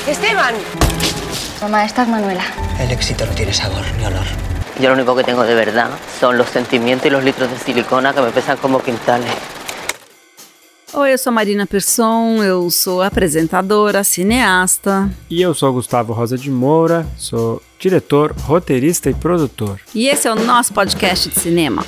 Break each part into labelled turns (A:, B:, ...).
A: Esteban.
B: Mamá, esta es Manuela.
C: El éxito no tiene sabor ni olor.
D: Yo lo único que tengo de verdad son los sentimientos y los litros de silicona que me pesan como quintales.
E: Oi, eu sou a Marina Persson, eu sou apresentadora, cineasta.
F: E eu sou Gustavo Rosa de Moura, sou diretor, roteirista e produtor.
E: E esse é o nosso podcast de cinema.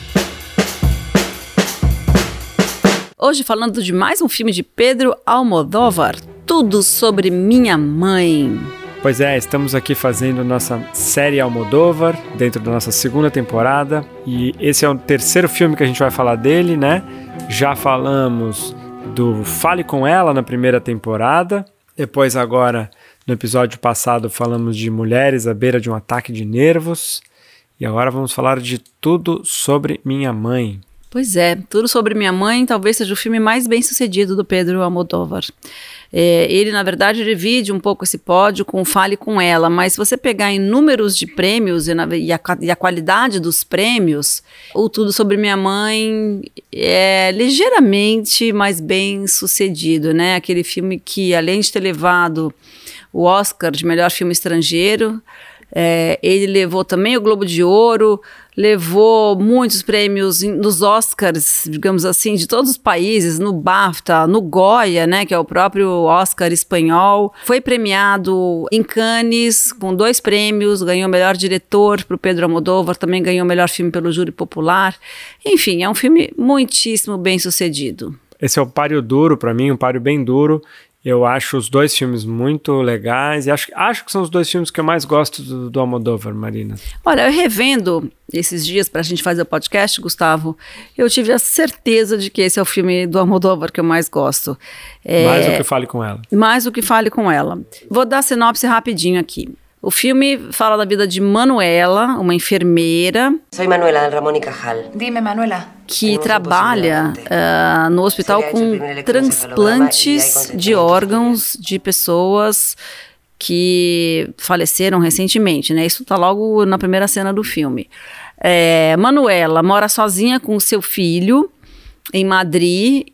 E: Hoje falando de mais um filme de Pedro Almodóvar, Tudo Sobre Minha Mãe.
F: Pois é, estamos aqui fazendo nossa série Almodóvar, dentro da nossa segunda temporada. E esse é o terceiro filme que a gente vai falar dele, né? Já falamos do Fale Com Ela na primeira temporada. Depois agora, no episódio passado, falamos de mulheres à beira de um ataque de nervos. E agora vamos falar de Tudo Sobre Minha Mãe.
E: Pois é, Tudo Sobre Minha Mãe talvez seja o filme mais bem sucedido do Pedro Almodóvar. Ele, na verdade, divide um pouco esse pódio com Fale Com Ela, mas se você pegar em números de prêmios e a qualidade dos prêmios, o Tudo Sobre Minha Mãe é ligeiramente mais bem sucedido, né? Aquele filme que, além de ter levado o Oscar de melhor filme estrangeiro, ele levou também o Globo de Ouro, levou muitos prêmios nos Oscars, digamos assim, de todos os países, no BAFTA, no Goya, né, que é o próprio Oscar espanhol. Foi premiado em Cannes com 2 prêmios, ganhou melhor diretor para o Pedro Almodóvar, também ganhou melhor filme pelo júri popular. Enfim, é um filme muitíssimo bem sucedido.
F: Esse é o páreo duro para mim, um páreo bem duro. Eu acho os 2 filmes muito legais e acho que são os 2 filmes que eu mais gosto do Almodóvar, Marina.
E: Olha, eu revendo esses dias para a gente fazer o podcast, Gustavo, eu tive a certeza de que esse é o filme do Almodóvar que eu mais gosto.
F: Mais do que Fale Com Ela.
E: Mais do que Fale Com Ela. Vou dar a sinopse rapidinho aqui. O filme fala da vida de Manuela, uma enfermeira.
A: Soy Manuela del Ramón y Cajal.
B: Dime, Manuela.
E: Que trabalha no hospital com transplantes de órgãos de pessoas que faleceram recentemente, né? Isso está logo na primeira cena do filme. Manuela mora sozinha com o seu filho em Madrid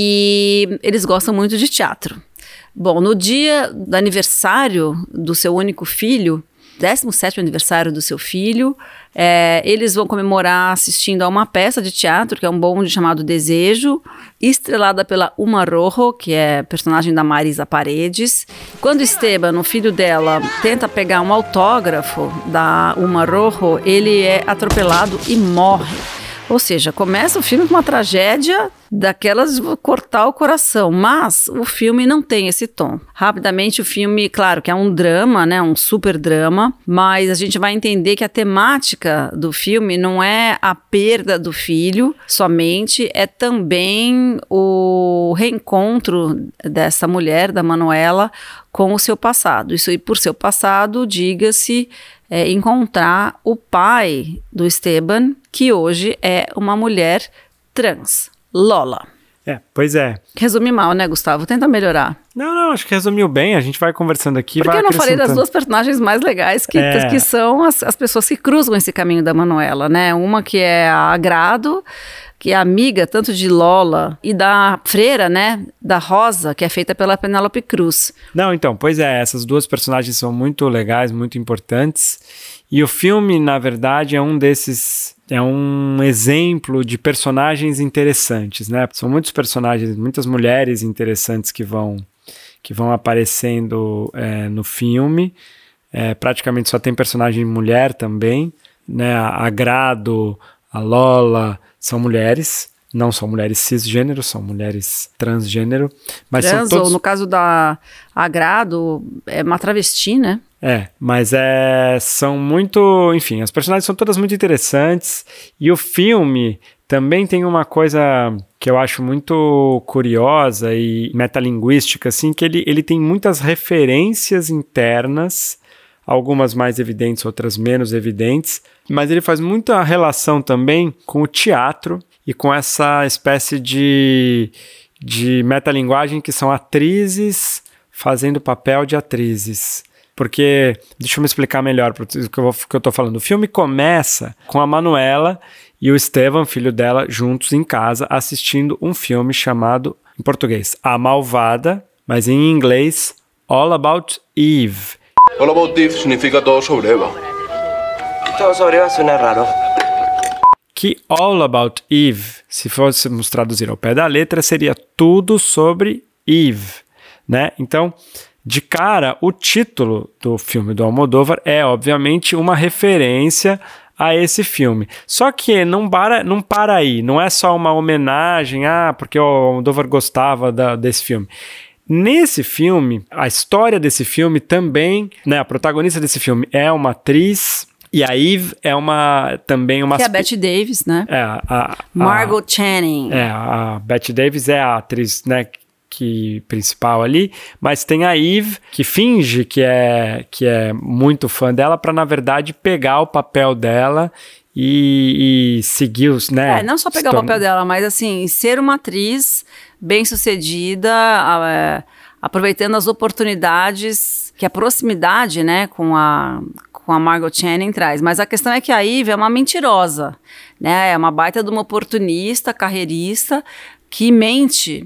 E: e eles gostam muito de teatro. Bom, no dia do aniversário do seu único filho, 17º aniversário do seu filho, eles vão comemorar assistindo a uma peça de teatro, que é um bonde chamado Desejo, estrelada pela Uma Rojo, que é personagem da Marisa Paredes. Quando Esteban, o filho dela, tenta pegar um autógrafo da Uma Rojo, ele é atropelado e morre. Ou seja, começa o filme com uma tragédia daquelas de cortar o coração, mas o filme não tem esse tom. Rapidamente o filme, claro que é um drama, né, um super drama, mas a gente vai entender que a temática do filme não é a perda do filho somente, é também o reencontro dessa mulher, da Manuela, com o seu passado. Isso, e por seu passado, diga-se, encontrar o pai do Esteban, que hoje é uma mulher trans, Lola.
F: Pois é.
E: Resumi mal, né, Gustavo? Tenta melhorar.
F: Não, acho que resumiu bem. A gente vai conversando aqui.
E: Porque
F: vai
E: eu não falei das 2 personagens mais legais que são as pessoas que cruzam esse caminho da Manuela, né? Uma que é a Agrado, que é amiga tanto de Lola e da freira, né, da Rosa, que é feita pela Penélope Cruz.
F: Não, então, pois é, essas 2 personagens são muito legais, muito importantes, e o filme, na verdade, é um desses, é um exemplo de personagens interessantes, né, são muitos personagens, muitas mulheres interessantes que vão aparecendo no filme, praticamente só tem personagem mulher também, né, a Agrado, a Lola, são mulheres, não são mulheres cisgênero, são mulheres transgênero. Mas
E: trans,
F: são todos...
E: ou no caso da Agrado, é uma travesti, né?
F: Mas são muito... Enfim, as personagens são todas muito interessantes. E o filme também tem uma coisa que eu acho muito curiosa e metalinguística, assim, que ele tem muitas referências internas, algumas mais evidentes, outras menos evidentes, mas ele faz muita relação também com o teatro e com essa espécie de metalinguagem que são atrizes fazendo papel de atrizes. Porque, deixa eu me explicar melhor o que eu tô falando. O filme começa com a Manuela e o Esteban, filho dela, juntos em casa, assistindo um filme chamado, em português, A Malvada, mas em inglês, All About Eve.
G: All About Eve significa todo sobre Eva.
A: Todo sobre Eva suena raro.
F: Que All About Eve, se fôssemos traduzir ao pé da letra, seria tudo sobre Eve, né? Então, de cara, o título do filme do Almodóvar é, obviamente, uma referência a esse filme. Só que não para aí, não é só uma homenagem, porque o Almodóvar gostava desse filme. Nesse filme, a história desse filme também, né, a protagonista desse filme é uma atriz, e a Eve é também uma...
E: Que é a Bette Davis, né? Margot Channing.
F: A Bette Davis é a atriz, né, principal ali, mas tem a Eve que finge que é muito fã dela para, na verdade, pegar o papel dela e seguir os, né?
E: Não só pegar o papel dela, mas assim, ser uma atriz bem-sucedida, aproveitando as oportunidades que a proximidade, né, com a Margot Channing traz. Mas a questão é que a Eve é uma mentirosa, né? É uma baita de uma oportunista, carreirista, que mente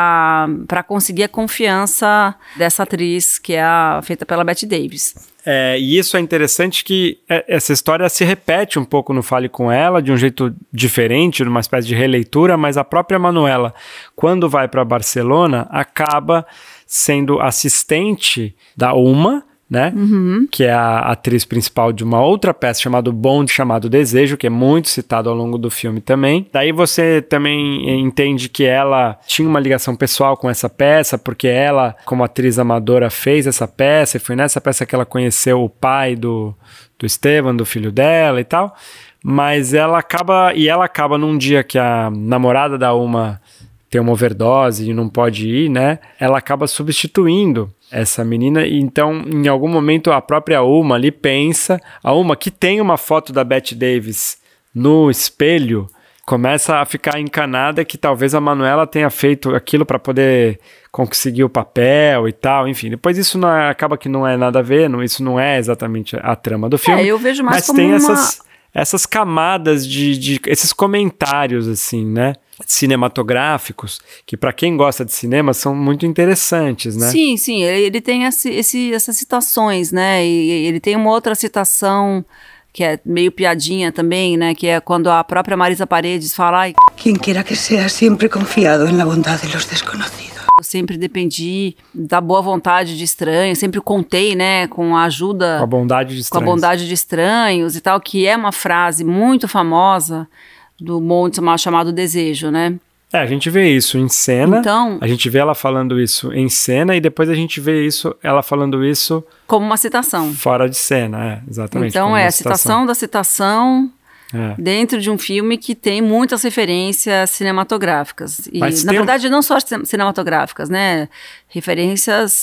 E: para conseguir a confiança dessa atriz que é feita pela Bette Davis.
F: E isso é interessante que essa história se repete um pouco no Fale Com Ela, de um jeito diferente, numa espécie de releitura, mas a própria Manuela, quando vai para Barcelona, acaba sendo assistente da Uma, né? Que é a atriz principal de uma outra peça chamada Bond, chamado Desejo, que é muito citado ao longo do filme também. Daí você também entende que ela tinha uma ligação pessoal com essa peça, porque ela, como atriz amadora, fez essa peça, e foi nessa peça que ela conheceu o pai do Esteban, do filho dela e tal. Mas ela acaba num dia que a namorada da Uma tem uma overdose e não pode ir, né? Ela acaba substituindo essa menina, e então em algum momento a própria Uma ali pensa, a Uma que tem uma foto da Bette Davis no espelho, começa a ficar encanada que talvez a Manuela tenha feito aquilo para poder conseguir o papel e tal, enfim, depois isso acaba que não é nada a ver, isso não é exatamente a trama do filme.
E: Eu vejo mais
F: mas
E: como
F: tem essas camadas de esses comentários assim, né, cinematográficos, que para quem gosta de cinema são muito interessantes, né?
E: Sim, ele tem essas citações, né, e ele tem uma outra citação que é meio piadinha também, né, que é quando a própria Marisa Paredes fala:
C: Quien quiera que sea sempre confiado en la bondad de los desconocidos.
E: Eu sempre dependi da boa vontade de estranhos, sempre contei, né, com a ajuda...
F: Com a bondade de estranhos.
E: Com a bondade de estranhos e tal, que é uma frase muito famosa do monte chamado Desejo, né?
F: A gente vê isso em cena,
E: então,
F: a gente vê ela falando isso em cena e depois a gente vê ela falando isso...
E: Como uma citação.
F: Fora de cena, exatamente.
E: Então a citação da citação... dentro de um filme que tem muitas referências cinematográficas. E, na verdade, não só cinematográficas, né? Referências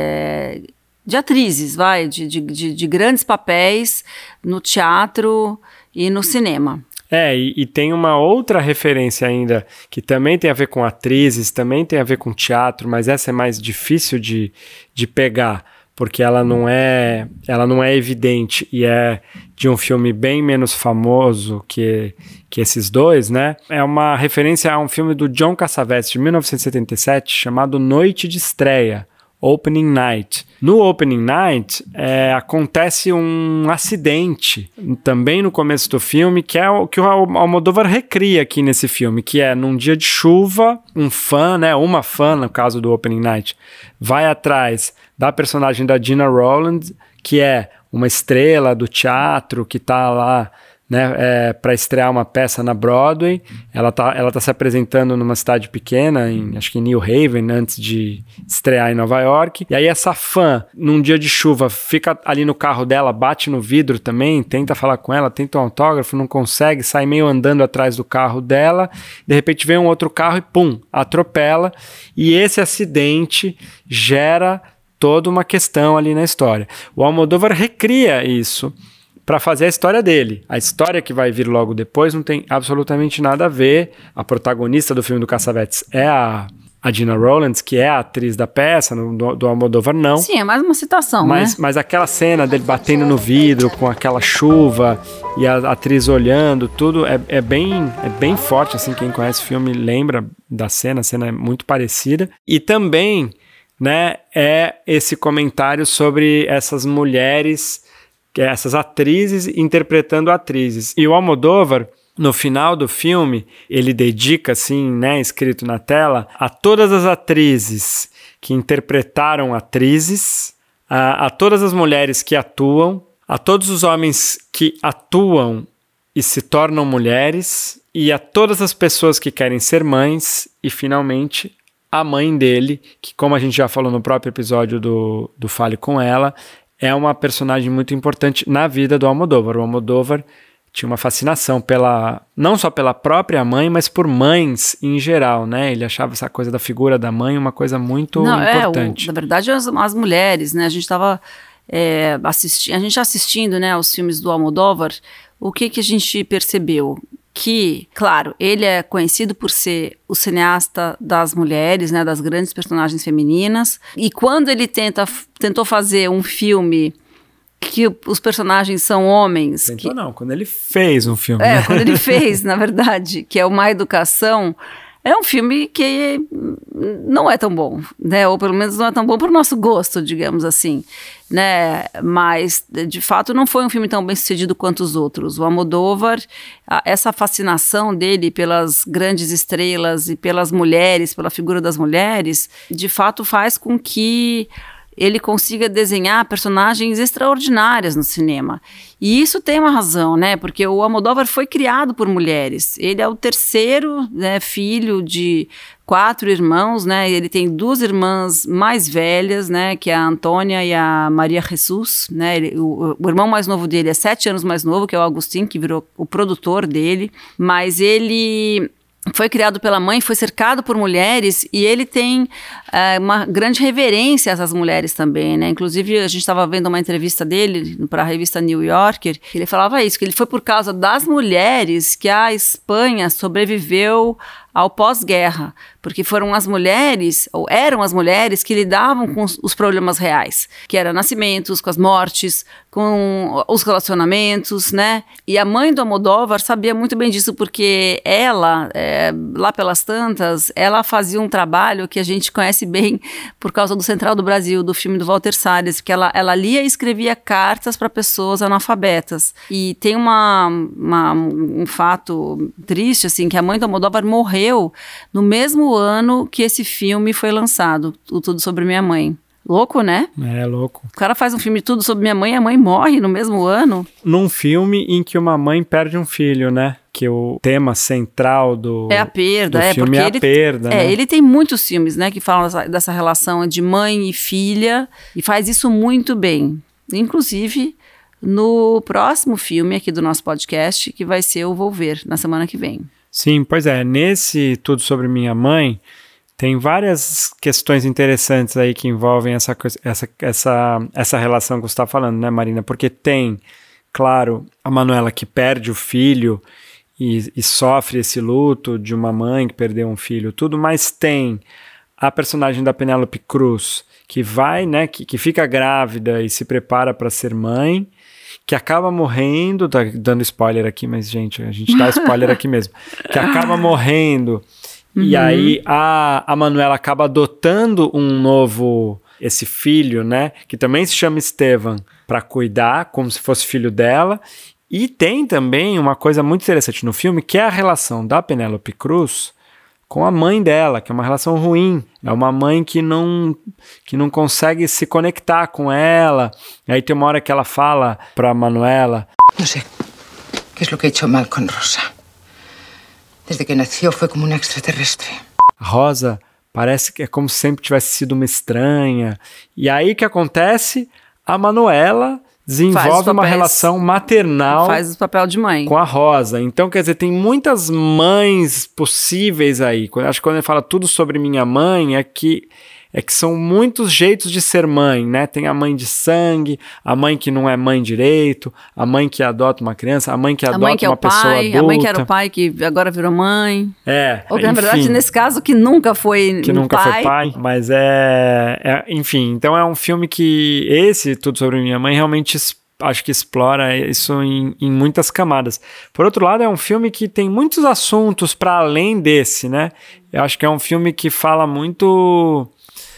E: de atrizes, de grandes papéis no teatro e no cinema.
F: E tem uma outra referência ainda, que também tem a ver com atrizes, também tem a ver com teatro, mas essa é mais difícil de pegar, porque ela não é evidente e é de um filme bem menos famoso que esses dois, né? É uma referência a um filme do John Cassavetes, de 1977, chamado Noite de Estreia, Opening Night. No Opening Night, acontece um acidente, também no começo do filme, que é o que o Almodóvar recria aqui nesse filme, que é num dia de chuva, um fã, né, uma fã, no caso do Opening Night, vai atrás da personagem da Gena Rowlands, que é uma estrela do teatro que está lá, né, para estrear uma peça na Broadway. Ela tá se apresentando numa cidade pequena, acho que em New Haven, antes de estrear em Nova York. E aí essa fã, num dia de chuva, fica ali no carro dela, bate no vidro também, tenta falar com ela, tenta um autógrafo, não consegue, sai meio andando atrás do carro dela. De repente vem um outro carro e pum, atropela. E esse acidente gera toda uma questão ali na história. O Almodóvar recria isso para fazer a história dele. A história que vai vir logo depois não tem absolutamente nada a ver. A protagonista do filme do Cassavetes é a Gena Rowlands, que é a atriz da peça, do Almodóvar não.
E: Sim, é mais uma citação, né?
F: Mas aquela cena dele batendo no vidro com aquela chuva e a atriz olhando, tudo é bem forte, assim, quem conhece o filme lembra da cena, a cena é muito parecida. E também né, é esse comentário sobre essas mulheres, essas atrizes interpretando atrizes. E o Almodóvar, no final do filme, ele dedica, assim, né, escrito na tela, a todas as atrizes que interpretaram atrizes, a todas as mulheres que atuam, a todos os homens que atuam e se tornam mulheres, e a todas as pessoas que querem ser mães, e finalmente a mãe dele, que, como a gente já falou no próprio episódio do Fale Com Ela, é uma personagem muito importante na vida do Almodóvar. O Almodóvar tinha uma fascinação não só pela própria mãe, mas por mães em geral, né? Ele achava essa coisa da figura da mãe uma coisa muito importante.
E: Na verdade, as mulheres, né? A gente estava assistindo, né, aos filmes do Almodóvar. O que a gente percebeu? Que, claro, ele é conhecido por ser o cineasta das mulheres, né, das grandes personagens femininas. E quando ele tentou fazer um filme que os personagens são homens...
F: Quando ele fez um filme. Né?
E: Quando ele fez, na verdade, que é o Má Educação, é um filme que não é tão bom, né? Ou pelo menos não é tão bom para o nosso gosto, digamos assim, né? Mas, de fato, não foi um filme tão bem sucedido quanto os outros. O Almodóvar, essa fascinação dele pelas grandes estrelas e pelas mulheres, pela figura das mulheres, de fato faz com que ele consiga desenhar personagens extraordinárias no cinema. E isso tem uma razão, né? Porque o Almodóvar foi criado por mulheres. Ele é o terceiro, né, filho de 4 irmãos, né? Ele tem 2 irmãs mais velhas, né? Que é a Antônia e a Maria Jesus, né? O irmão mais novo dele é 7 anos mais novo, que é o Agustín, que virou o produtor dele. Mas ele foi criado pela mãe, foi cercado por mulheres, e ele tem uma grande reverência a essas mulheres também, né? Inclusive, a gente estava vendo uma entrevista dele para a revista New Yorker, que ele falava isso, que ele foi por causa das mulheres que a Espanha sobreviveu ao pós-guerra, porque foram as mulheres, ou eram as mulheres que lidavam com os problemas reais, que eram nascimentos, com as mortes, com os relacionamentos, né? E a mãe do Almodóvar sabia muito bem disso, porque ela, lá pelas tantas, ela fazia um trabalho que a gente conhece bem por causa do Central do Brasil, do filme do Walter Salles, que ela lia e escrevia cartas para pessoas analfabetas. E tem um fato triste, assim, que a mãe do Almodóvar morreu no mesmo ano que esse filme foi lançado, o Tudo Sobre Minha Mãe. Louco, né?
F: É, louco.
E: O cara faz um filme Tudo Sobre Minha Mãe e a mãe morre no mesmo ano.
F: Num filme em que uma mãe perde um filho, né? Que o tema central do
E: a perda,
F: do filme é a perda, né?
E: Ele tem muitos filmes, né, que falam dessa relação de mãe e filha, e faz isso muito bem. Inclusive no próximo filme aqui do nosso podcast, que vai ser o Volver, na semana que vem.
F: Sim, pois é. Nesse Tudo Sobre Minha Mãe, tem várias questões interessantes aí que envolvem essa relação que você está falando, né, Marina? Porque tem, claro, a Manuela que perde o filho e sofre esse luto de uma mãe que perdeu um filho, tudo, mas tem a personagem da Penélope Cruz, que vai, né, que fica grávida e se prepara para ser mãe, que acaba morrendo, tá dando spoiler aqui, mas gente, a gente dá spoiler aqui mesmo, que acaba morrendo, e aí a Manuela acaba adotando esse filho, né, que também se chama Estevan, para cuidar, como se fosse filho dela. E tem também uma coisa muito interessante no filme, que é a relação da Penélope Cruz com a mãe dela, que é uma relação ruim. É uma mãe que não consegue se conectar com ela. E aí tem uma hora que ela fala pra Manuela:
C: No sé qué es lo que he hecho mal con Rosa. Desde que nació fue como una extraterrestre.
F: A Rosa parece que é como se sempre tivesse sido uma estranha. E aí o que acontece? A Manuela desenvolve uma relação maternal,
E: faz o papel de mãe
F: com a Rosa. Então, quer dizer, tem muitas mães possíveis aí. Acho que quando ele fala Tudo Sobre Minha Mãe, é que são muitos jeitos de ser mãe, né? Tem a mãe de sangue, a mãe que não é mãe direito, a mãe que adota uma criança, a mãe que adota uma pessoa adulta.
E: A mãe que era o pai, que agora virou mãe. Ou que, na verdade, nesse caso, que nunca foi pai.
F: Mas enfim, então é um filme que esse Tudo Sobre Minha Mãe realmente acho que explora isso em muitas camadas. Por outro lado, é um filme que tem muitos assuntos para além desse, né? Eu acho que é um filme que fala muito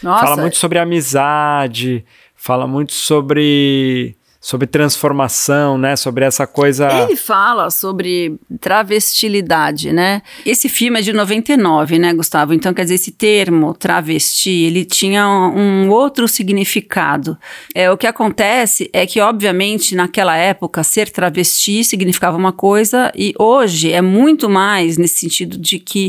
E: Nossa.
F: Fala muito sobre amizade, fala muito sobre transformação, né? Sobre essa coisa...
E: Ele fala sobre travestilidade, né? Esse filme é de 99, né, Gustavo? Então, quer dizer, esse termo travesti, ele tinha um outro significado. O que acontece é que, obviamente, naquela época, ser travesti significava uma coisa e hoje é muito mais nesse sentido de que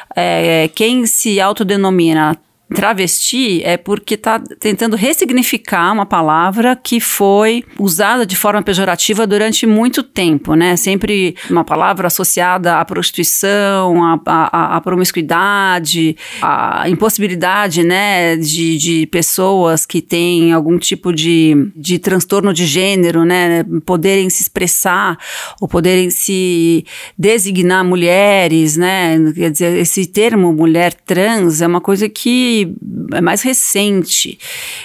E: quem se autodenomina travesti é porque está tentando ressignificar uma palavra que foi usada de forma pejorativa durante muito tempo, né? Sempre uma palavra associada à prostituição, à promiscuidade, à impossibilidade, né, de pessoas que têm algum tipo de transtorno de gênero, né, poderem se expressar ou poderem se designar mulheres, né? Quer dizer, esse termo mulher trans é uma coisa que é mais recente.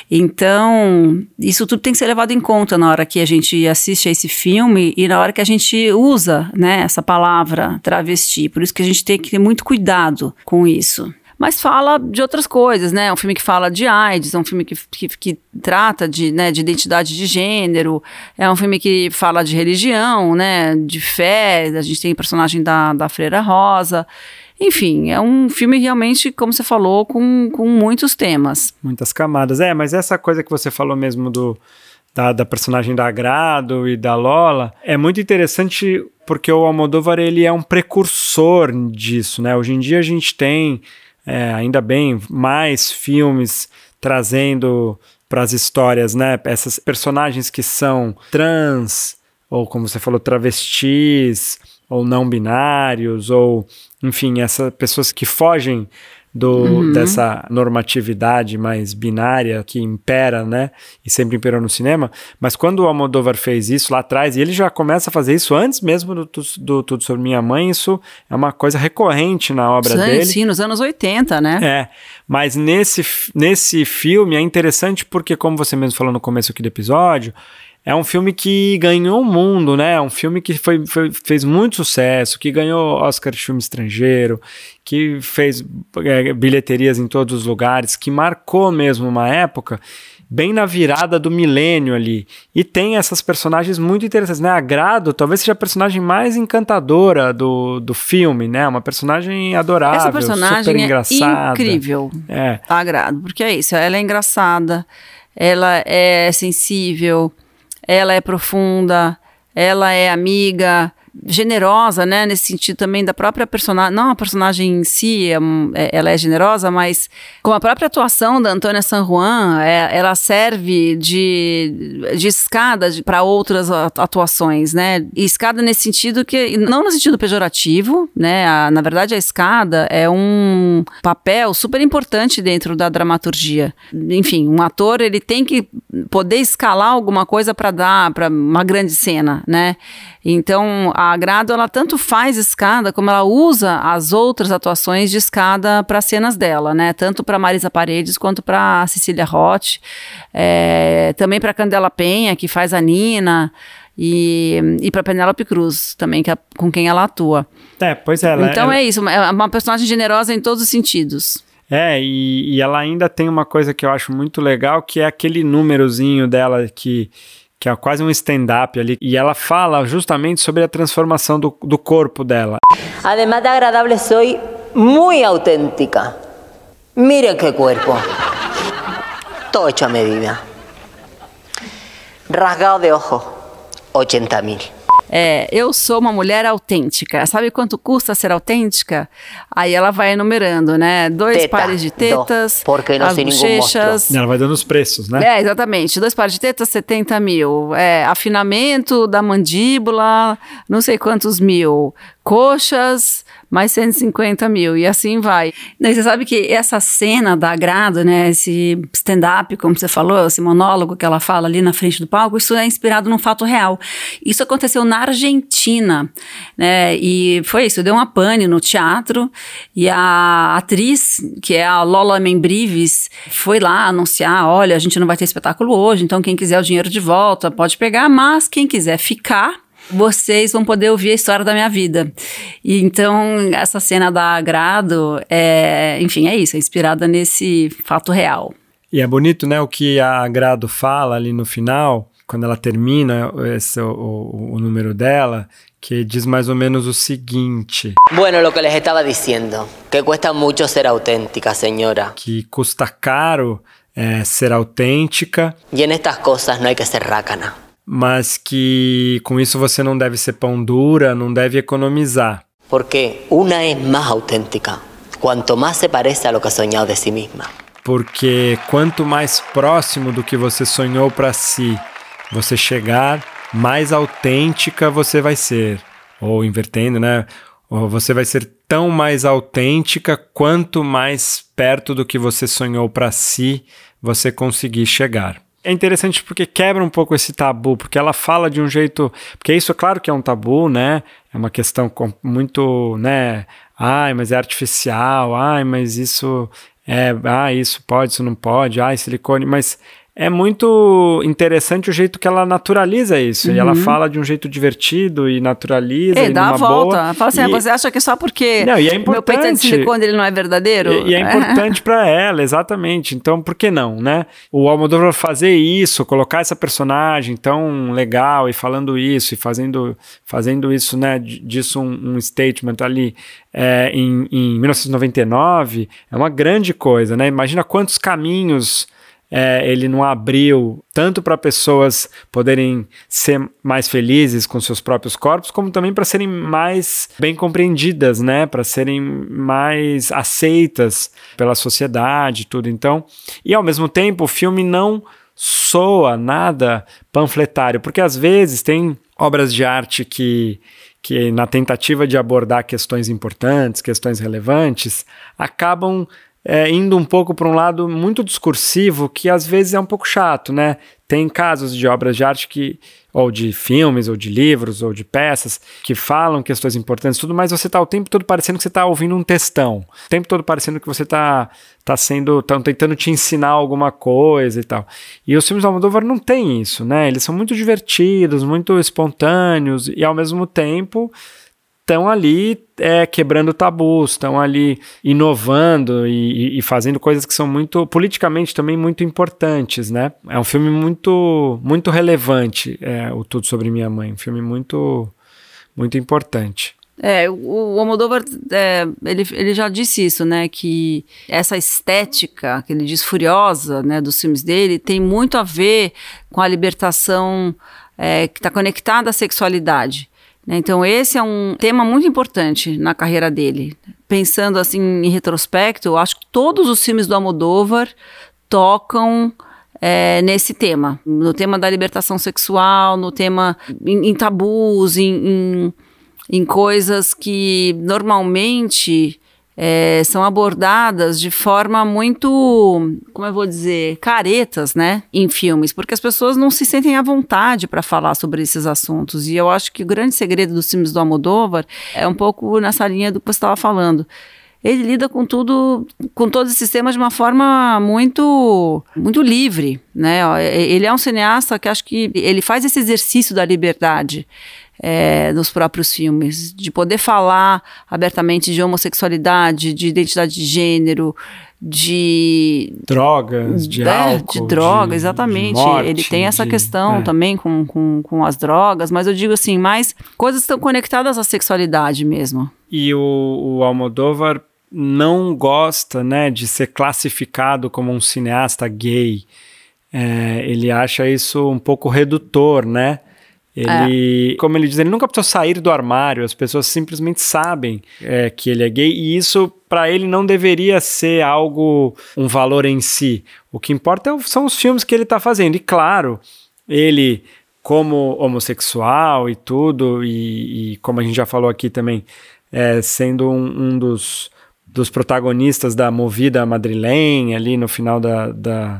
E: Então, isso tudo tem que ser levado em conta na hora que a gente assiste a esse filme e na hora que a gente usa, né, essa palavra travesti. Por isso que a gente tem que ter muito cuidado com isso. Mas fala de outras coisas, né? É um filme que fala de AIDS, é um filme que trata de identidade de gênero, é um filme que fala de religião, né? De fé, a gente tem o personagem da Freira Rosa. Enfim, é um filme realmente, como você falou, com muitos temas.
F: Muitas camadas. Mas essa coisa que você falou mesmo da personagem da Agrado e da Lola, é muito interessante porque o Almodóvar, ele é um precursor disso, né? Hoje em dia a gente tem, ainda bem, mais filmes trazendo para as histórias, né? Essas personagens que são trans, ou como você falou, travestis, ou não binários, ou, enfim, essas pessoas que fogem dessa normatividade mais binária que impera, né, e sempre imperou no cinema. Mas quando o Almodóvar fez isso lá atrás, e ele já começa a fazer isso antes mesmo do Tudo Sobre Minha Mãe, isso é uma coisa recorrente na obra dele.
E: Sim, nos anos 80, né?
F: Mas nesse filme é interessante porque, como você mesmo falou no começo aqui do episódio, é um filme que ganhou o mundo, né? É um filme que fez muito sucesso, que ganhou Oscar de filme estrangeiro, que fez bilheterias em todos os lugares, que marcou mesmo uma época, bem na virada do milênio ali. E tem essas personagens muito interessantes, né? A Agrado talvez seja a personagem mais encantadora do filme, né? Uma personagem adorável,
E: essa personagem
F: super engraçada.
E: É incrível, a Agrado, porque é isso, ela é engraçada, ela é sensível, ela é profunda, ela é amiga, generosa, né, nesse sentido também da própria personagem, não a personagem em si, ela é generosa, mas com a própria atuação da Antônia San Juan, ela serve de escada para outras atuações, né, e escada nesse sentido que, não no sentido pejorativo, né, na verdade a escada é um papel super importante dentro da dramaturgia. Enfim, um ator, ele tem que poder escalar alguma coisa para dar para uma grande cena, né, então a Agrado, ela tanto faz escada, como ela usa as outras atuações de escada para cenas dela, né? Tanto para Marisa Paredes quanto para Cecília Roth, também para Candela Penha, que faz a Nina, e para Penélope Cruz, também, com quem ela atua.
F: Pois é.
E: Então é isso, é uma personagem generosa em todos os sentidos.
F: E ela ainda tem uma coisa que eu acho muito legal, que é aquele númerozinho dela que é quase um stand-up ali, e ela fala justamente sobre a transformação do corpo dela.
D: Además de agradable, soy muy auténtica. Miren qué cuerpo. Todo hecho a medida. Rasgado de ojo, 80.000.
E: Eu sou uma mulher autêntica. Sabe quanto custa ser autêntica? Aí ela vai enumerando, né? 2 pares de tetas, as bochechas.
F: Ela vai dando os preços, né?
E: Exatamente. 2 pares de tetas, 70 mil. Afinamento da mandíbula, não sei quantos mil. Coxas, mais 150 mil, e assim vai. E você sabe que essa cena da Agrado, né, esse stand-up, como você falou, esse monólogo que ela fala ali na frente do palco, isso é inspirado num fato real. Isso aconteceu na Argentina, né, e foi isso, deu uma pane no teatro, e a atriz, que é a Lola Membrives, foi lá anunciar, olha, a gente não vai ter espetáculo hoje, então quem quiser o dinheiro de volta pode pegar, mas quem quiser ficar, vocês vão poder ouvir a história da minha vida. E então, essa cena da Agrado, enfim, é isso, é inspirada nesse fato real.
F: E é bonito, né, o que a Agrado fala ali no final, quando ela termina o número dela, que diz mais ou menos o seguinte.
D: Bueno, lo que les estaba diciendo, que cuesta mucho ser auténtica, señora.
F: Que custa caro ser autêntica.
D: E en estas cosas não hay que ser rácana.
F: Mas que com isso você não deve ser pão dura, não deve economizar.
D: Porque una es más auténtica, cuanto más se parece a lo que ha soñado de sí misma.
F: Porque quanto mais próximo do que você sonhou para si você chegar, mais autêntica você vai ser. Ou invertendo, né? Ou você vai ser tão mais autêntica quanto mais perto do que você sonhou para si você conseguir chegar. É interessante porque quebra um pouco esse tabu, porque ela fala de um jeito... Porque isso é claro que é um tabu, né? É uma questão muito, né? Ai, mas é artificial. Ai, mas isso... isso pode, isso não pode, silicone, mas é muito interessante o jeito que ela naturaliza isso, e ela fala de um jeito divertido e naturaliza, e
E: dá
F: numa
E: a volta,
F: boa.
E: Fala assim, você acha que só porque
F: não, e é importante,
E: meu peito é de silicone ele não é verdadeiro?
F: E é importante para ela, exatamente, então por que não, né? O Almodóvar fazer isso, colocar essa personagem tão legal e falando isso, e fazendo isso, né, disso um statement ali, em 1999, é uma grande coisa, né? Imagina quantos caminhos ele não abriu, tanto para pessoas poderem ser mais felizes com seus próprios corpos, como também para serem mais bem compreendidas, né? Para serem mais aceitas pela sociedade, tudo. Então, e ao mesmo tempo o filme não soa nada panfletário, porque às vezes tem obras de arte que na tentativa de abordar questões importantes, questões relevantes, acabam indo um pouco para um lado muito discursivo, que às vezes é um pouco chato, né? Tem casos de obras de arte ou de filmes, ou de livros, ou de peças, que falam questões importantes, tudo, mas você está o tempo todo parecendo que você está ouvindo um textão. O tempo todo parecendo que você estão tentando te ensinar alguma coisa e tal. E os filmes do Almodóvar não tem isso, né? Eles são muito divertidos, muito espontâneos, e ao mesmo tempo estão ali quebrando tabus, estão ali inovando e fazendo coisas que são muito, politicamente também muito importantes, né? É um filme muito, muito relevante, o Tudo Sobre Minha Mãe, um filme muito, muito importante.
E: O Almodóvar, ele já disse isso, né, que essa estética, que ele diz furiosa, né, dos filmes dele, tem muito a ver com a libertação que está conectada à sexualidade. Então esse é um tema muito importante na carreira dele. Pensando assim em retrospecto, eu acho que todos os filmes do Almodóvar tocam nesse tema. No tema da libertação sexual, no tema em tabus, em coisas que normalmente são abordadas de forma muito, como eu vou dizer, caretas, né, em filmes, porque as pessoas não se sentem à vontade para falar sobre esses assuntos, e eu acho que o grande segredo dos filmes do Almodóvar é um pouco nessa linha do que você estava falando. Ele lida com todos esses temas de uma forma muito, muito livre, né? Ele é um cineasta que acho que ele faz esse exercício da liberdade nos próprios filmes, de poder falar abertamente de homossexualidade, de identidade de gênero, de
F: drogas, de álcool,
E: de droga, exatamente.
F: De morte,
E: ele tem essa questão também com as drogas, mas eu digo assim, mais coisas que estão conectadas à sexualidade mesmo.
F: E o Almodóvar não gosta, né, de ser classificado como um cineasta gay. Ele acha isso um pouco redutor, né? Como ele diz, ele nunca precisou sair do armário, as pessoas simplesmente sabem que ele é gay, e isso para ele não deveria ser um valor em si. O que importa são os filmes que ele está fazendo, e claro, ele como homossexual e tudo, e como a gente já falou aqui também, sendo um dos protagonistas da movida madrilenha ali no final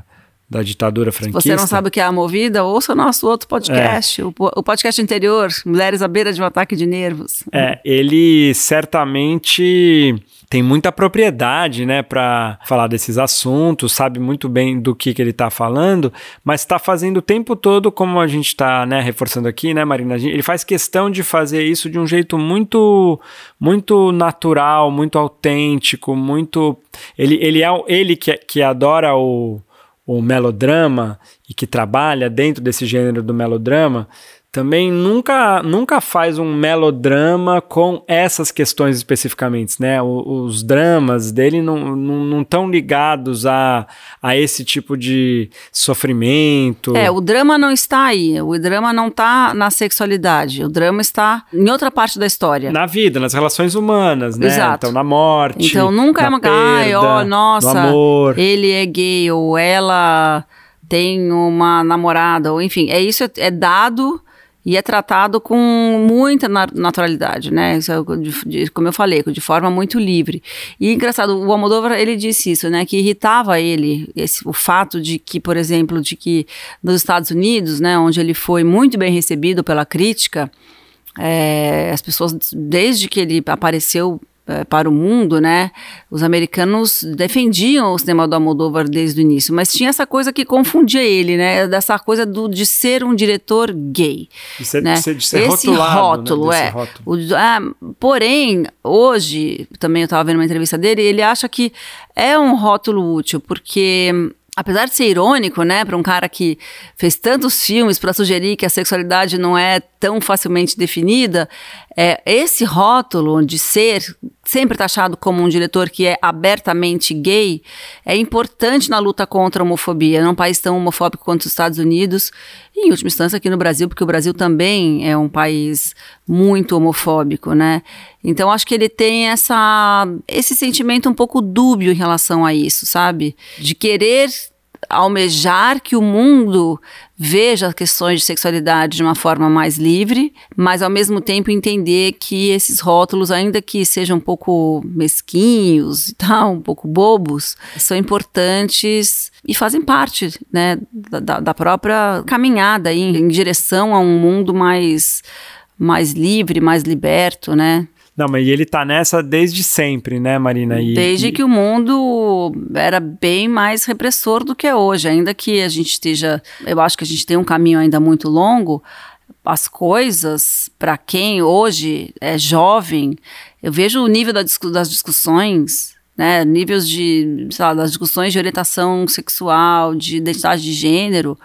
F: da ditadura franquista.
E: Se você não sabe o que é a Movida, ouça o nosso outro podcast, o podcast anterior, Mulheres à Beira de um Ataque de Nervos.
F: Ele certamente tem muita propriedade, né, para falar desses assuntos, sabe muito bem do que ele está falando, mas está fazendo o tempo todo, como a gente está, né, reforçando aqui, né, Marina? Ele faz questão de fazer isso de um jeito muito, muito natural, muito autêntico, muito... Ele que adora o melodrama e que trabalha dentro desse gênero do melodrama, também nunca faz um melodrama com essas questões especificamente, né? Os dramas dele não estão ligados a esse tipo de sofrimento.
E: O drama não está aí, o drama não está na sexualidade, o drama está em outra parte da história.
F: Na vida, nas relações humanas, né?
E: Exato.
F: Então, na morte,
E: então, nunca é uma
F: perda,
E: nossa,
F: no amor.
E: Ele é gay, ou ela tem uma namorada, ou enfim, isso é dado... E é tratado com muita naturalidade, né? Isso como eu falei, de forma muito livre. E engraçado, o Almodóvar, ele disse isso, né? Que irritava ele, o fato de que, por exemplo, de que nos Estados Unidos, né? Onde ele foi muito bem recebido pela crítica, as pessoas, desde que ele apareceu para o mundo, né? Os americanos defendiam o cinema do Almodóvar desde o início, mas tinha essa coisa que confundia ele, né? Dessa coisa de ser um diretor gay.
F: De ser
E: Esse
F: rotulado,
E: rótulo,
F: né?
E: Porém, hoje, também eu estava vendo uma entrevista dele, ele acha que é um rótulo útil, porque... Apesar de ser irônico, né, para um cara que fez tantos filmes para sugerir que a sexualidade não é tão facilmente definida, esse rótulo de ser sempre taxado como um diretor que é abertamente gay é importante na luta contra a homofobia, num país tão homofóbico quanto os Estados Unidos, e em última instância aqui no Brasil, porque o Brasil também é um país muito homofóbico, né? Então acho que ele tem esse sentimento um pouco dúbio em relação a isso, sabe? De querer almejar que o mundo veja questões de sexualidade de uma forma mais livre, mas ao mesmo tempo entender que esses rótulos, ainda que sejam um pouco mesquinhos e tal, um pouco bobos, são importantes e fazem parte, né, da própria caminhada aí em direção a um mundo mais livre, mais liberto, né?
F: Não, mas ele tá nessa desde sempre, né, Marina?
E: Desde que o mundo era bem mais repressor do que é hoje, ainda que a gente esteja... Eu acho que a gente tem um caminho ainda muito longo. As coisas, para quem hoje é jovem, eu vejo o nível das discussões, né, níveis das discussões de orientação sexual, de identidade de gênero...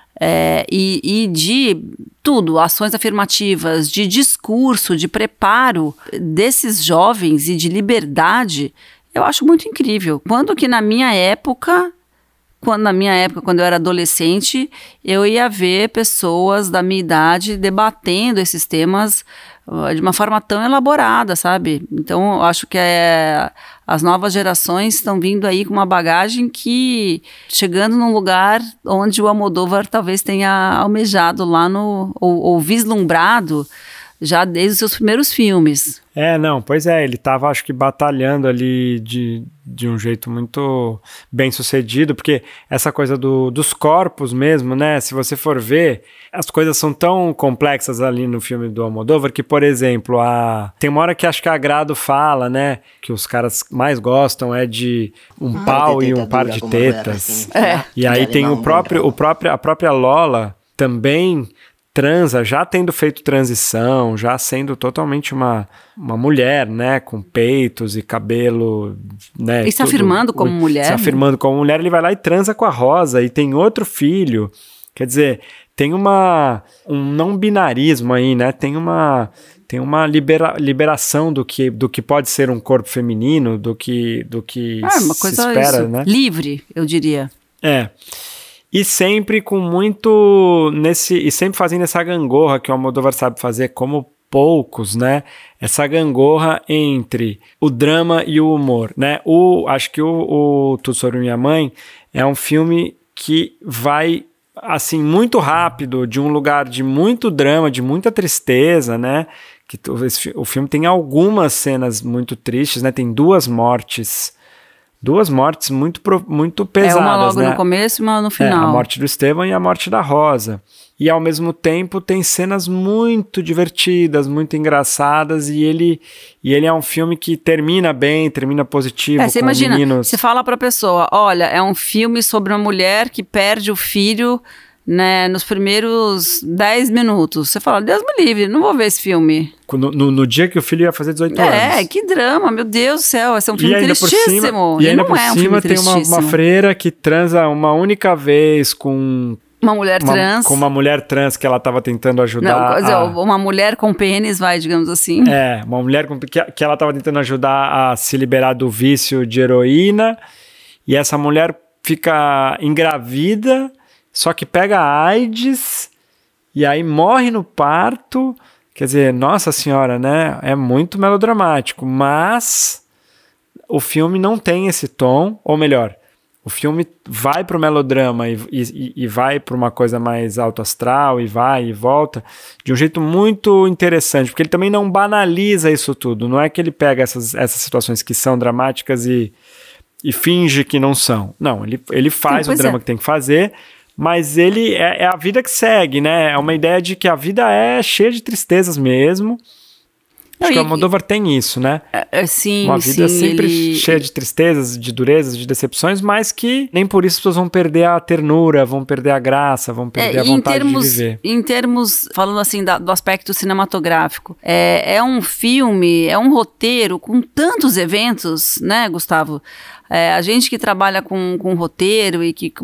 E: e de tudo, ações afirmativas, de discurso, de preparo desses jovens e de liberdade, eu acho muito incrível. Quando que na minha época, quando eu era adolescente, eu ia ver pessoas da minha idade debatendo esses temas de uma forma tão elaborada, sabe? Então, eu acho que as novas gerações estão vindo aí com uma bagagem que, chegando num lugar onde o Almodóvar talvez tenha almejado lá ou vislumbrado já desde os seus primeiros filmes.
F: Pois é, ele estava, acho que, batalhando ali de um jeito muito bem sucedido, porque essa coisa dos corpos mesmo, né, se você for ver, as coisas são tão complexas ali no filme do Almodóvar que, por exemplo, tem uma hora que acho que a Grado fala, né, que os caras mais gostam é de um pau e um par de tetas. E aí tem a própria Lola também transa, já tendo feito transição, já sendo totalmente uma mulher, né, com peitos e cabelo, né.
E: E se afirmando como mulher.
F: Se afirmando como mulher, ele vai lá e transa com a Rosa e tem outro filho. Quer dizer, tem um não binarismo aí, né, tem uma liberação do que pode ser um corpo feminino, do que
E: uma coisa
F: se espera,
E: isso,
F: né?
E: livre, eu diria.
F: E sempre com muito e sempre fazendo essa gangorra que o Almodóvar sabe fazer como poucos, né? Essa gangorra entre o drama e o humor, né? Acho que o Tudo Sobre Minha Mãe é um filme que vai assim muito rápido de um lugar de muito drama, de muita tristeza, né? O filme tem algumas cenas muito tristes, né? Tem 2 mortes duas mortes muito pesadas,
E: uma logo
F: né?
E: no começo e uma no final.
F: A morte do Esteban e a morte da Rosa. E ao mesmo tempo tem cenas muito divertidas, muito engraçadas, e ele é um filme que termina bem, termina positivo.
E: Você
F: com
E: imagina,
F: meninos...
E: você fala pra pessoa, olha, é um filme sobre uma mulher que perde o filho, né, nos primeiros 10 minutos. Você fala, Deus me livre, não vou ver esse filme.
F: No dia que o filho ia fazer 18 anos.
E: Que drama, meu Deus do céu, esse é um filme
F: E ainda
E: tristíssimo.
F: E ainda por
E: um
F: cima
E: filme
F: tem uma freira que transa uma única vez com...
E: Uma mulher trans.
F: Com uma mulher trans que ela estava tentando ajudar.
E: Uma mulher com pênis, digamos assim.
F: Uma mulher que ela estava tentando ajudar a se liberar do vício de heroína. E essa mulher fica engravida, só que pega AIDS e aí morre no parto. Quer dizer, nossa senhora, né? É muito melodramático, mas o filme não tem esse tom, ou melhor, o filme vai para o melodrama e vai para uma coisa mais autoastral e vai e volta de um jeito muito interessante, porque ele também não banaliza isso tudo. Não é que ele pega essas situações que são dramáticas e finge que não são. Não, ele faz o drama que tem que fazer, mas ele é a vida que segue, né? É uma ideia de que a vida é cheia de tristezas mesmo. Acho que o Almodóvar tem isso, né?
E: Sim,
F: uma vida sempre cheia de tristezas, de durezas, de decepções, mas que nem por isso as pessoas vão perder a ternura, vão perder a graça, vão perder a vontade de viver.
E: Em termos, falando assim do aspecto cinematográfico, é um filme, é um roteiro com tantos eventos, né, Gustavo? A gente que trabalha com roteiro e que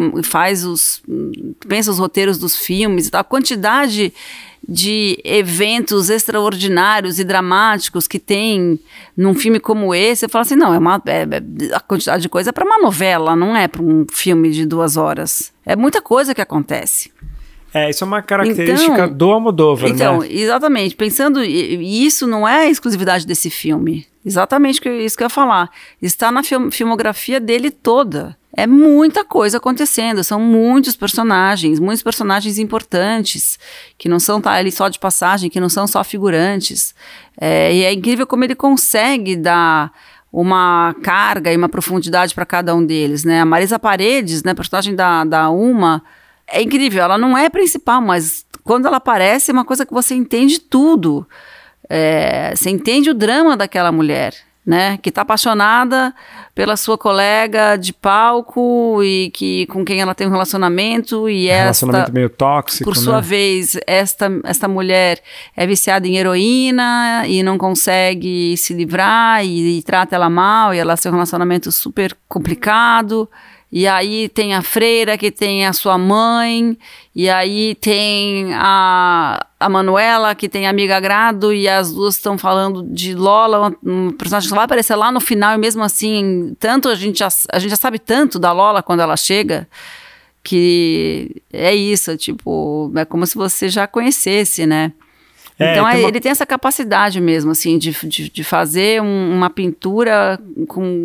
E: pensa os roteiros dos filmes e tal, a quantidade de eventos extraordinários e dramáticos que tem num filme como esse, eu falo assim, não, a quantidade de coisa é para uma novela, não é para um filme de 2 horas. É muita coisa que acontece.
F: Isso é uma característica do Almodóvar, né?
E: Então, exatamente, pensando, e isso não é a exclusividade desse filme, exatamente isso que eu ia falar, está na filmografia dele toda. É muita coisa acontecendo, são muitos personagens importantes, que não são ali só de passagem, que não são só figurantes. E é incrível como ele consegue dar uma carga e uma profundidade para cada um deles, né? A Marisa Paredes, né, personagem da Uma, é incrível, ela não é principal, mas quando ela aparece é uma coisa que você entende tudo. Você entende o drama daquela mulher, né, que está apaixonada pela sua colega de palco e com quem ela tem um relacionamento e
F: relacionamento meio tóxico,
E: por sua vez, esta mulher é viciada em heroína e não consegue se livrar e trata ela mal e ela tem um relacionamento super complicado. E aí tem a freira que tem a sua mãe, e aí tem a Manuela que tem a amiga Grado, e as duas estão falando de Lola, um personagem que só vai aparecer lá no final, e mesmo assim, tanto a gente já sabe tanto da Lola quando ela chega, que é isso, tipo, é como se você já conhecesse, né? Então ele tem essa capacidade mesmo, assim, de fazer uma pintura com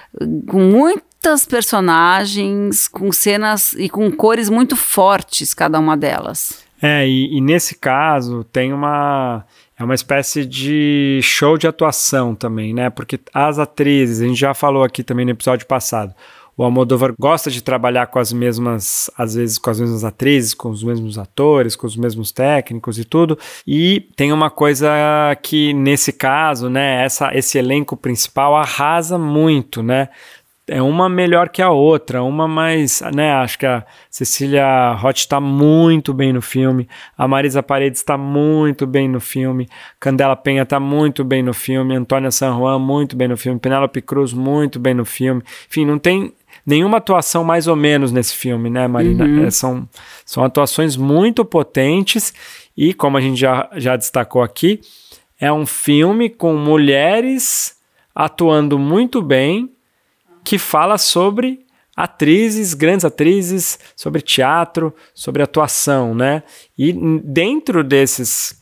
E: muitas personagens, com cenas e com cores muito fortes, cada uma delas.
F: E nesse caso tem uma espécie de show de atuação também, né? Porque as atrizes, a gente já falou aqui também no episódio passado, o Almodóvar gosta de trabalhar às vezes com as mesmas atrizes, com os mesmos atores, com os mesmos técnicos e tudo. E tem uma coisa que, nesse caso, né, esse elenco principal arrasa muito, né? É uma melhor que a outra, uma mais, né, acho que a Cecília Roth está muito bem no filme, a Marisa Paredes está muito bem no filme, Candela Penha está muito bem no filme, Antônia San Juan muito bem no filme, Penélope Cruz muito bem no filme, enfim, não tem nenhuma atuação mais ou menos nesse filme, né, Marina?
E: Uhum.
F: São atuações muito potentes e, como a gente já destacou aqui, é um filme com mulheres atuando muito bem, que fala sobre atrizes, grandes atrizes, sobre teatro, sobre atuação, né? E dentro dessas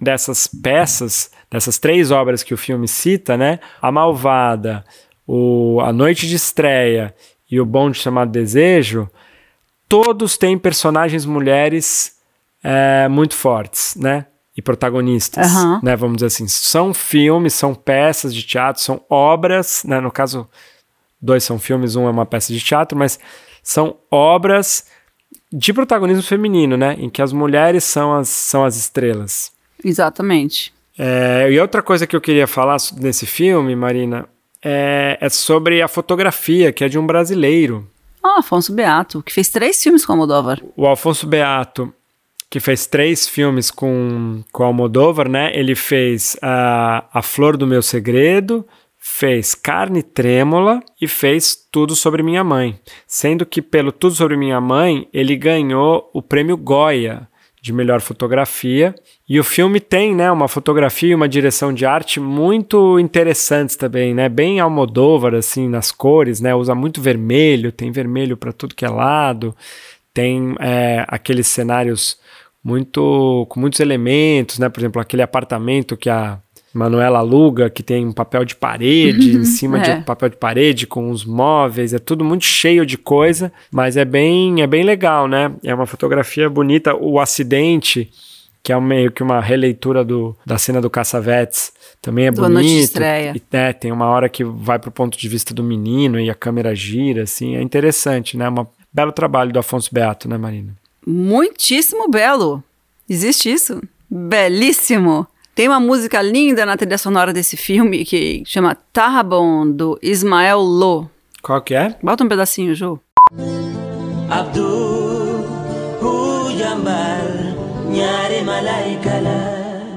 F: peças, dessas 3 obras que o filme cita, né? A Malvada, A Noite de Estreia e O Bonde Chamado Desejo, todos têm personagens mulheres muito fortes, né? E protagonistas, né? Vamos dizer assim, são filmes, são peças de teatro, são obras, né? No caso 2 são filmes, um é uma peça de teatro, mas são obras de protagonismo feminino, né? Em que as mulheres são as estrelas.
E: Exatamente.
F: E outra coisa que eu queria falar nesse filme, Marina, é sobre a fotografia, que é de um brasileiro.
E: Afonso Beato, que fez 3 filmes com Almodóvar.
F: O Afonso Beato, que fez 3 filmes com Almodóvar, né? Ele fez A Flor do Meu Segredo, fez Carne Trêmula e fez Tudo Sobre Minha Mãe. Sendo que pelo Tudo Sobre Minha Mãe, ele ganhou o prêmio Goya de melhor fotografia. E o filme tem, né, uma fotografia e uma direção de arte muito interessantes também, né? Bem Almodóvar, assim, nas cores, né? Usa muito vermelho, tem vermelho para tudo que é lado. Tem aqueles cenários com muitos elementos, né? Por exemplo, aquele apartamento que a Manuela aluga, que tem um papel de parede em cima de papel de parede com os móveis, é tudo muito cheio de coisa, mas é bem legal, né? É uma fotografia bonita. O acidente, que é meio que uma releitura da cena do Cassavetes, também é bonito.
E: Noite de estreia.
F: E, tem uma hora que vai pro ponto de vista do menino e a câmera gira, assim, é interessante, né? Um belo trabalho do Afonso Beato, né, Marina?
E: Muitíssimo belo. Existe isso? Belíssimo. Tem uma música linda na trilha sonora desse filme que chama Tarrabon, do Ismael Lo.
F: Qual que é?
E: Bota um pedacinho, Jô.
H: Abdul Huyambal Nyare Malaikala.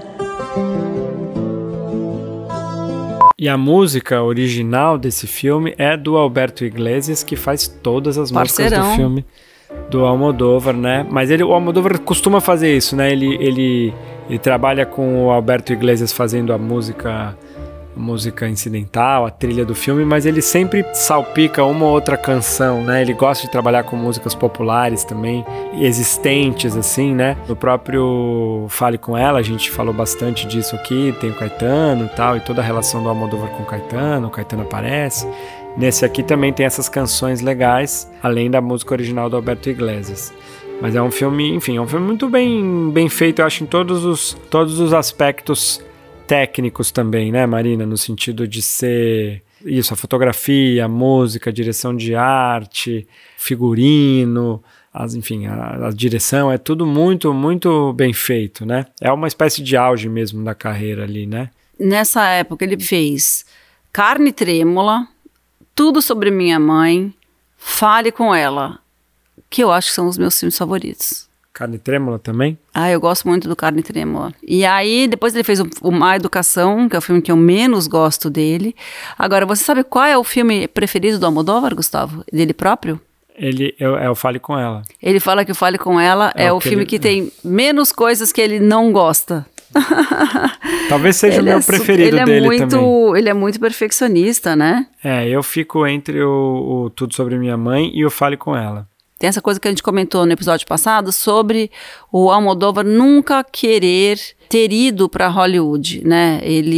F: E a música original desse filme é do Alberto Iglesias, que faz todas as músicas do filme do Almodóvar, né? Mas o Almodóvar costuma fazer isso, né? Ele trabalha com o Alberto Iglesias fazendo a música incidental, a trilha do filme, mas ele sempre salpica uma ou outra canção, né? Ele gosta de trabalhar com músicas populares também, existentes, assim, né? No próprio Fale Com Ela, a gente falou bastante disso aqui, tem o Caetano e tal, e toda a relação do Almodóvar com o Caetano aparece. Nesse aqui também tem essas canções legais, além da música original do Alberto Iglesias. Mas é um filme, enfim, é um filme muito bem feito, eu acho, em todos os aspectos técnicos também, né, Marina? No sentido de ser isso, a fotografia, a música, a direção de arte, figurino, a direção, é tudo muito, muito bem feito, né? É uma espécie de auge mesmo da carreira ali, né?
E: Nessa época ele fez Carne Trêmula, Tudo Sobre Minha Mãe, Fale Com Ela, que eu acho que são os meus filmes favoritos.
F: Carne Trêmula também?
E: Eu gosto muito do Carne Trêmula. E aí, depois ele fez o Má Educação, que é o filme que eu menos gosto dele. Agora, você sabe qual é o filme preferido do Almodóvar, Gustavo? Dele próprio?
F: É o Fale Com Ela.
E: Ele fala que o Fale Com Ela é o filme que tem menos coisas que ele não gosta.
F: Talvez seja o meu preferido dele também.
E: Ele é muito perfeccionista, né?
F: Eu fico entre o Tudo Sobre Minha Mãe e o Fale Com Ela.
E: Tem essa coisa que a gente comentou no episódio passado sobre o Almodóvar nunca querer ter ido para Hollywood, né?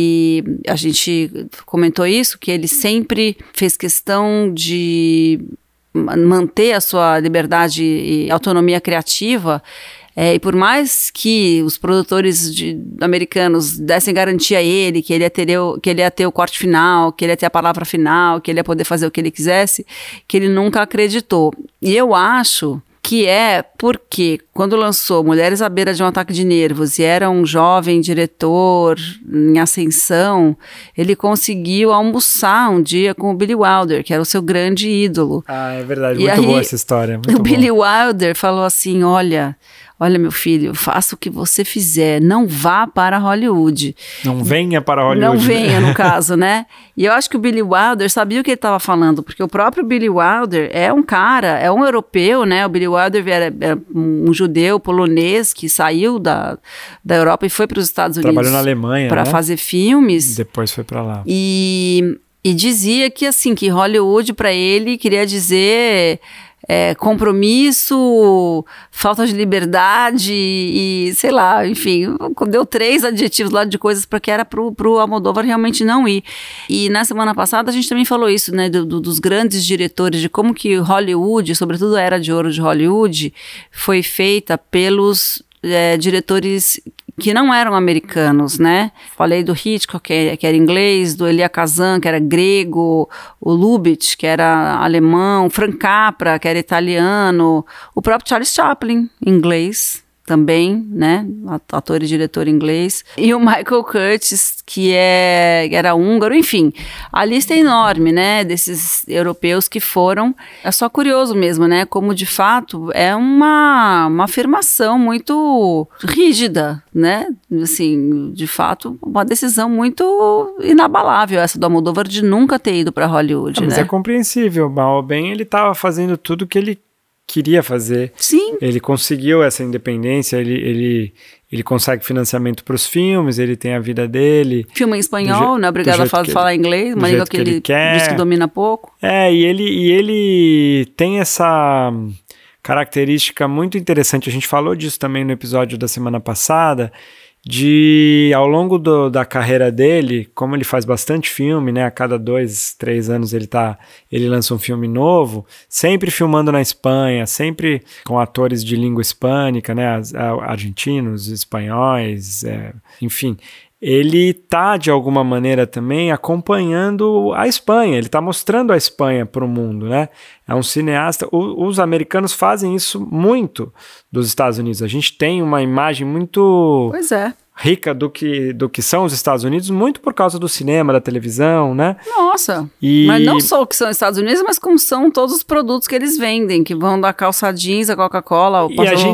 E: A gente comentou isso, que ele sempre fez questão de manter a sua liberdade e autonomia criativa. E por mais que os produtores americanos dessem garantia a ele, que ele ia ter o corte final, que ele ia ter a palavra final, que ele ia poder fazer o que ele quisesse, que ele nunca acreditou. E eu acho que é porque quando lançou Mulheres à Beira de um Ataque de Nervos e era um jovem diretor em ascensão, ele conseguiu almoçar um dia com o Billy Wilder, que era o seu grande ídolo.
F: É verdade, muito boa essa história. Muito
E: Billy Wilder falou assim, olha, meu filho, faça o que você fizer, não vá para Hollywood.
F: Não venha para Hollywood.
E: Não venha, no caso, né? E eu acho que o Billy Wilder sabia o que ele estava falando, porque o próprio Billy Wilder é um cara, é um europeu, né? O Billy Wilder era um judeu polonês que saiu da Europa e foi para os Estados Unidos.
F: Trabalhou na Alemanha,
E: para fazer filmes.
F: Depois foi para lá.
E: E dizia que, assim, que Hollywood para ele queria dizer... compromisso, falta de liberdade e sei lá, enfim, deu 3 adjetivos lá de coisas para que era pro Almodóvar realmente não ir. E na semana passada a gente também falou isso, né, dos grandes diretores, de como que Hollywood, sobretudo a Era de Ouro de Hollywood, foi feita pelos diretores que não eram americanos, né? Falei do Hitchcock, que era inglês, do Elia Kazan, que era grego, o Lubitsch, que era alemão, Frank Capra, que era italiano, o próprio Charles Chaplin, inglês também, né, ator e diretor inglês, e o Michael Curtiz, que era húngaro, enfim, a lista é enorme, né, desses europeus que foram. É só curioso mesmo, né, como de fato é uma afirmação muito rígida, né, assim, de fato, uma decisão muito inabalável essa do Almodóvar de nunca ter ido para Hollywood,
F: Mas
E: né.
F: é compreensível, mal ou bem, ele estava fazendo tudo que ele queria fazer.
E: Sim.
F: Ele conseguiu essa independência, ele consegue financiamento para os filmes, ele tem a vida dele.
E: Filma em espanhol, não é obrigado a falar inglês, uma língua que ele diz que domina pouco.
F: E ele tem essa característica muito interessante, a gente falou disso também no episódio da semana passada, de, ao longo da carreira dele, como ele faz bastante filme, né, a cada 2, 3 anos ele lança um filme novo, sempre filmando na Espanha, sempre com atores de língua hispânica, né, argentinos, espanhóis, enfim. Ele está, de alguma maneira, também acompanhando a Espanha, ele está mostrando a Espanha para o mundo, né? É um cineasta, os americanos fazem isso muito dos Estados Unidos, a gente tem uma imagem muito rica do que são os Estados Unidos, muito por causa do cinema, da televisão, né?
E: Nossa, mas não só o que são os Estados Unidos, mas como são todos os produtos que eles vendem, que vão da calça jeans, a Coca-Cola, o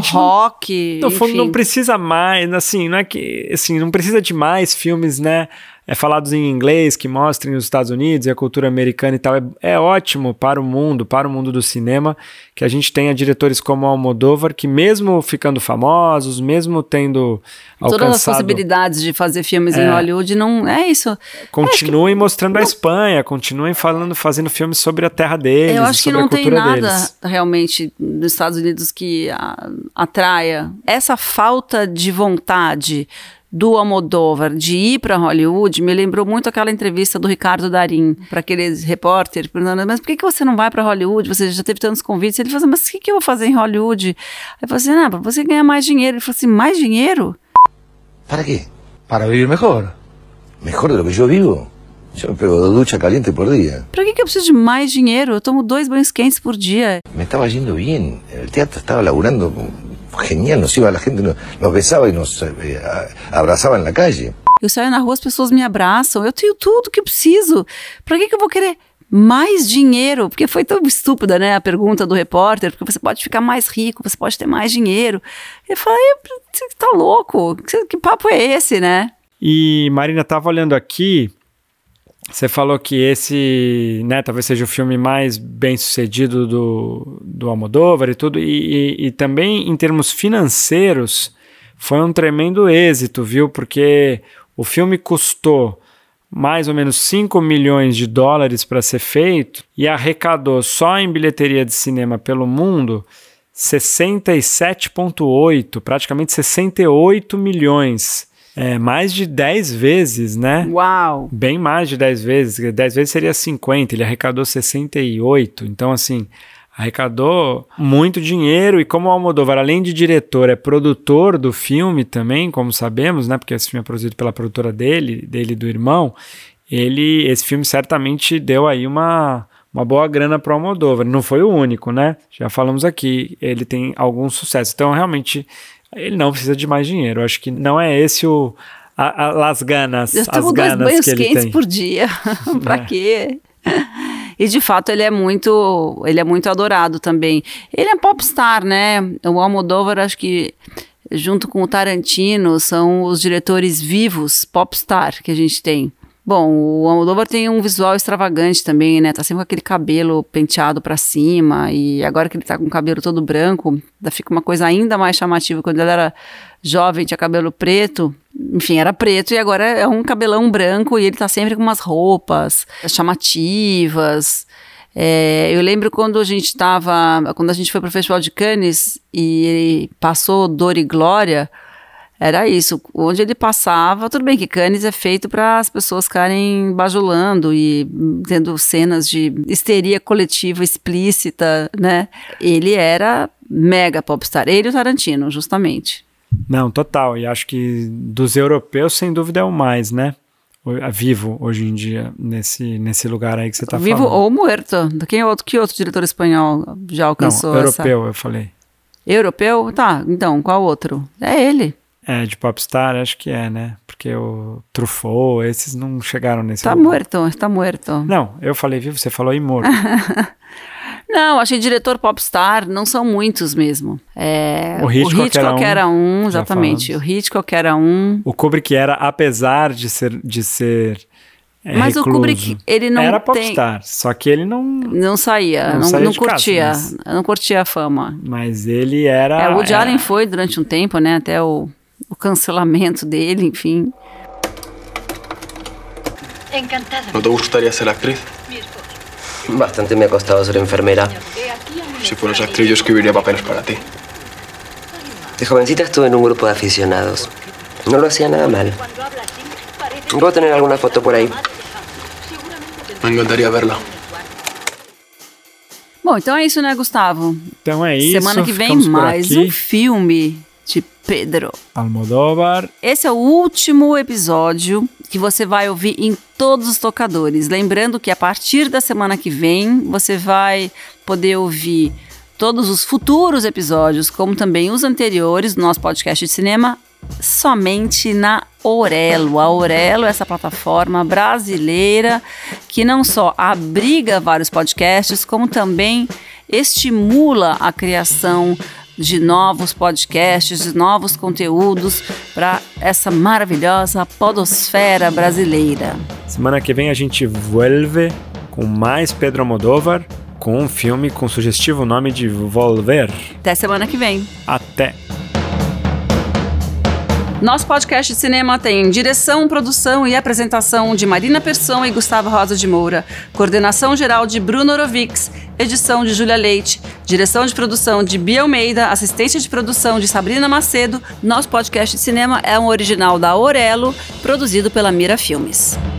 E: rock,
F: no fundo, não precisa mais, assim, não é que, assim, não precisa de mais filmes, né, falados em inglês, que mostrem os Estados Unidos e a cultura americana e tal. É ótimo para o mundo do cinema, que a gente tenha diretores como Almodóvar, que mesmo ficando famosos, mesmo tendo alcançado...
E: Todas as possibilidades de fazer filmes em Hollywood, não é isso.
F: Continuem mostrando a Espanha, continuem fazendo filmes sobre a terra deles,
E: eu acho que não tem nada
F: realmente
E: nos Estados Unidos que atraia. Essa falta de vontade do Almodóvar de ir para Hollywood me lembrou muito aquela entrevista do Ricardo Darín para aquele repórter perguntando, mas por que você não vai para Hollywood? Você já teve tantos convites. Ele falou assim, mas o que eu vou fazer em Hollywood? Aí eu falei assim, para você ganhar mais dinheiro. Ele falou assim, mais dinheiro?
I: ¿Para qué? Para vivir mejor. Mejor de lo que yo vivo. Yo me pego 2 duchas calientes por día.
E: Para que eu preciso de mais dinheiro? Eu tomo 2 banhos quentes por dia.
I: Me estaba yendo bien. El teatro estaba laburando genial. Nos iba, la gente nos besaba e nos abraçava na calle.
E: Eu saio na rua, as pessoas me abraçam. Eu tenho tudo que eu preciso. Para que eu vou querer mais dinheiro? Porque foi tão estúpida, né, a pergunta do repórter, porque você pode ficar mais rico, você pode ter mais dinheiro. Eu falei, você tá louco? Que papo é esse, né?
F: E, Marina, tava olhando aqui, você falou que esse, né, talvez seja o filme mais bem sucedido do Almodóvar e tudo, e também em termos financeiros foi um tremendo êxito, viu? Porque o filme custou mais ou menos $5 milhões para ser feito e arrecadou só em bilheteria de cinema pelo mundo 67,8, praticamente 68 milhões. Mais de 10 vezes, né?
E: Uau!
F: Bem mais de 10 vezes. 10 vezes seria 50, ele arrecadou 68. Então, assim, arrecadou muito dinheiro. E como o Almodóvar, além de diretor, é produtor do filme também, como sabemos, né? Porque esse filme é produzido pela produtora dele e do irmão. Esse filme certamente deu aí uma boa grana para o Almodóvar. Não foi o único, né? Já falamos aqui, ele tem algum sucesso. Então, realmente, ele não precisa de mais dinheiro. Eu acho que não é esse as ganas,
E: eu tomo 2 banhos
F: que ele
E: quentes
F: tem
E: por dia. Pra quê? E de fato ele é muito adorado também. Ele é popstar, né? O Almodóvar, acho que junto com o Tarantino são os diretores vivos popstar que a gente tem. Bom, o Almodóvar tem um visual extravagante também, né? Tá sempre com aquele cabelo penteado pra cima, e agora que ele tá com o cabelo todo branco, fica uma coisa ainda mais chamativa. Quando ele era jovem, tinha cabelo preto, enfim, era preto, e agora é um cabelão branco, e ele tá sempre com umas roupas chamativas. Eu lembro quando a gente foi pro Festival de Cannes, e passou Dor e Glória, era isso, onde ele passava, tudo bem que Cannes é feito para as pessoas ficarem bajulando e tendo cenas de histeria coletiva explícita, né? Ele era mega popstar, ele e o Tarantino, justamente.
F: Não, total. E acho que dos europeus, sem dúvida, é o mais, né? Vivo hoje em dia, nesse lugar aí que você tá falando.
E: Vivo ou morto. Que outro diretor espanhol já alcançou
F: europeu, eu falei.
E: Europeu? Tá, então, qual outro? É ele.
F: De Popstar, acho que é, né? Porque o Truffaut, esses não chegaram nesse
E: lugar. Está morto.
F: Não, eu falei vivo, você falou morto.
E: Não, achei diretor Popstar, não são muitos mesmo.
F: O Hitchcock
E: era um, exatamente. O Hitchcock era um.
F: O Kubrick era, apesar de ser
E: mas recluso, o Kubrick, ele não
F: era popstar, só que ele
E: não saía, não curtia, casa, mas... não curtia a fama.
F: Mas ele era...
E: o Woody Allen foi durante um tempo, né, até o cancelamento dele, enfim.
G: Encantada. ¿No te gustaría ser actriz?
A: Bastante me ha costado ser enfermera.
G: Si fueras actriz, yo escribiría papeles para ti.
A: De jovencita estuve en un grupo de aficionados. No lo hacía nada mal. ¿Puedo tener alguna foto por ahí?
G: Me encantaría verla.
E: Bom, então é isso, né, Gustavo?
F: Então é isso.
E: Semana que vem mais um filme de Pedro
F: Almodóvar.
E: Esse é o último episódio que você vai ouvir em todos os tocadores. Lembrando que a partir da semana que vem você vai poder ouvir todos os futuros episódios, como também os anteriores do nosso podcast de cinema, somente na Orelo. A Orelo é essa plataforma brasileira que não só abriga vários podcasts, como também estimula a criação de novos podcasts, de novos conteúdos para essa maravilhosa podosfera brasileira.
F: Semana que vem a gente vuelve com mais Pedro Almodóvar, com um filme com o sugestivo nome de Volver.
E: Até semana que vem.
F: Até.
E: Nosso podcast de cinema tem direção, produção e apresentação de Marina Persson e Gustavo Rosa de Moura, coordenação geral de Bruno Orovics, edição de Júlia Leite, direção de produção de Bia Almeida, assistência de produção de Sabrina Macedo. Nosso podcast de cinema é um original da Orelo, produzido pela Mira Filmes.